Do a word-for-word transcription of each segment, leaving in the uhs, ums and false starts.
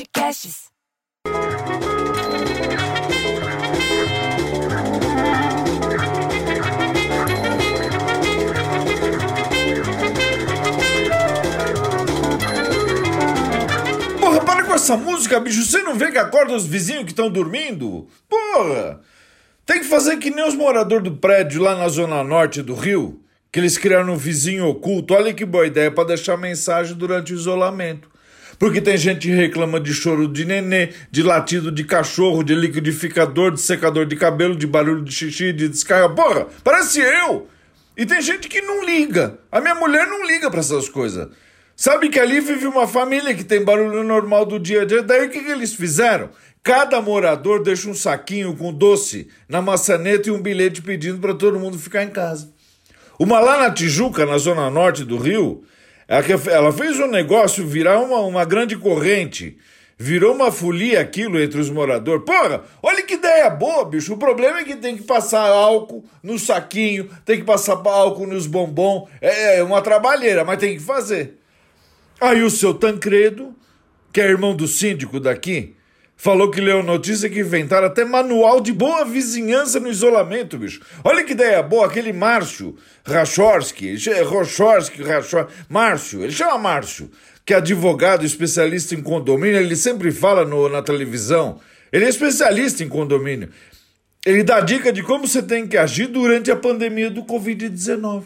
Podcasts. Porra, para com essa música, bicho. Você não vê que acorda os vizinhos que estão dormindo? Porra! Tem que fazer que nem os moradores do prédio lá na zona norte do Rio, que eles criaram um vizinho oculto. Olha que boa ideia para deixar mensagem durante o isolamento. Porque tem gente que reclama de choro de nenê, de latido de cachorro, de liquidificador, de secador de cabelo, de barulho de xixi, de descarga. Porra, parece eu! E tem gente que não liga. A minha mulher não liga para essas coisas. Sabe que ali vive uma família que tem barulho normal do dia a dia. Daí o que, que eles fizeram? Cada morador deixa um saquinho com doce na maçaneta e um bilhete pedindo para todo mundo ficar em casa. Uma lá na Tijuca, na zona norte do Rio, ela fez um negócio virar uma, uma grande corrente. Virou uma folia aquilo entre os moradores. Porra, olha que ideia boa, bicho. O problema é que tem que passar álcool no saquinho, tem que passar álcool nos bombons. É uma trabalheira, mas tem que fazer. Aí o seu Tancredo, que é irmão do síndico daqui, falou que leu notícia que inventaram até manual de boa vizinhança no isolamento, bicho. Olha que ideia boa, aquele Márcio Rachorski, Rochorski, Rachorski, Márcio, ele chama Márcio, que é advogado, especialista em condomínio, ele sempre fala no, na televisão, ele é especialista em condomínio. Ele dá dica de como você tem que agir durante a pandemia do covid dezenove.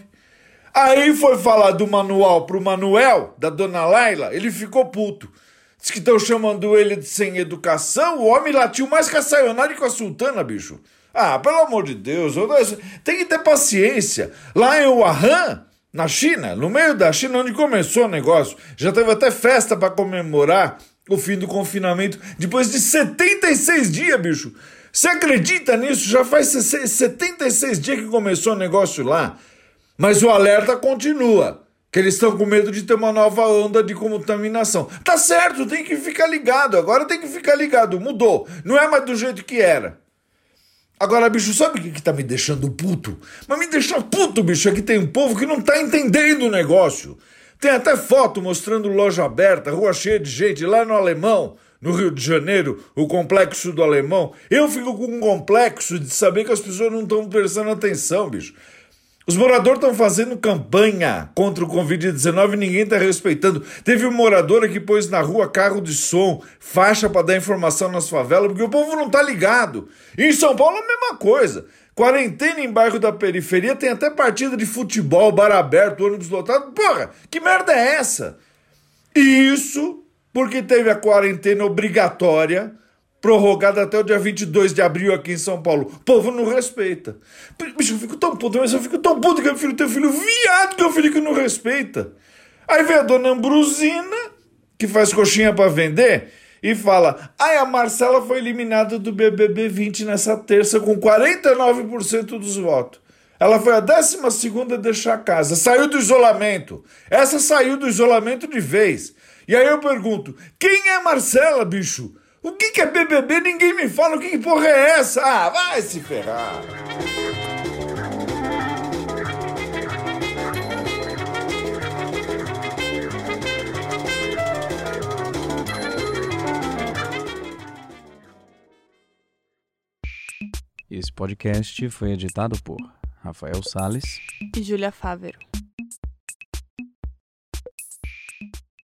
Aí foi falar do manual pro Manuel, da dona Laila, ele ficou puto. Diz que estão chamando ele de sem educação, o homem latiu mais que a Sayonara e com a Sultana, bicho. Ah, pelo amor de Deus, tem que ter paciência. Lá em Wuhan, na China, no meio da China, onde começou o negócio, já teve até festa para comemorar o fim do confinamento, depois de setenta e seis dias, bicho. Você acredita nisso? Já faz setenta e seis dias que começou o negócio lá. Mas o alerta continua, que eles estão com medo de ter uma nova onda de contaminação. Tá certo, tem que ficar ligado, agora tem que ficar ligado, mudou, não é mais do jeito que era. Agora, bicho, sabe o que, que tá me deixando puto? Mas me deixa puto, bicho, é que tem um povo que não tá entendendo o negócio. Tem até foto mostrando loja aberta, rua cheia de gente, lá no Alemão, no Rio de Janeiro, o complexo do Alemão. Eu fico com um complexo de saber que as pessoas não estão prestando atenção, bicho. Os moradores estão fazendo campanha contra o covid dezenove e ninguém está respeitando. Teve um morador que pôs na rua carro de som, faixa para dar informação nas favelas, porque o povo não está ligado. E em São Paulo a mesma coisa. Quarentena em bairro da periferia, tem até partida de futebol, bar aberto, ônibus lotado. Porra, que merda é essa? E isso porque teve a quarentena obrigatória, prorrogada até o dia vinte e dois de abril aqui em São Paulo. O povo não respeita. Bicho, eu fico tão puto, mas eu fico tão puto que eu filho teu filho viado que é o filho que não respeita. Aí vem a dona Ambrosina, que faz coxinha pra vender, e fala: ai, a Marcela foi eliminada do B B B vinte nessa terça com quarenta e nove por cento dos votos. Ela foi a décima segunda a deixar a casa. Saiu do isolamento. Essa saiu do isolamento de vez. E aí eu pergunto, quem é Marcela, bicho? O que, que é B B B? Ninguém me fala. O que, que porra é essa? Ah, vai se ferrar. Esse podcast foi editado por Rafael Salles e Júlia Fávero.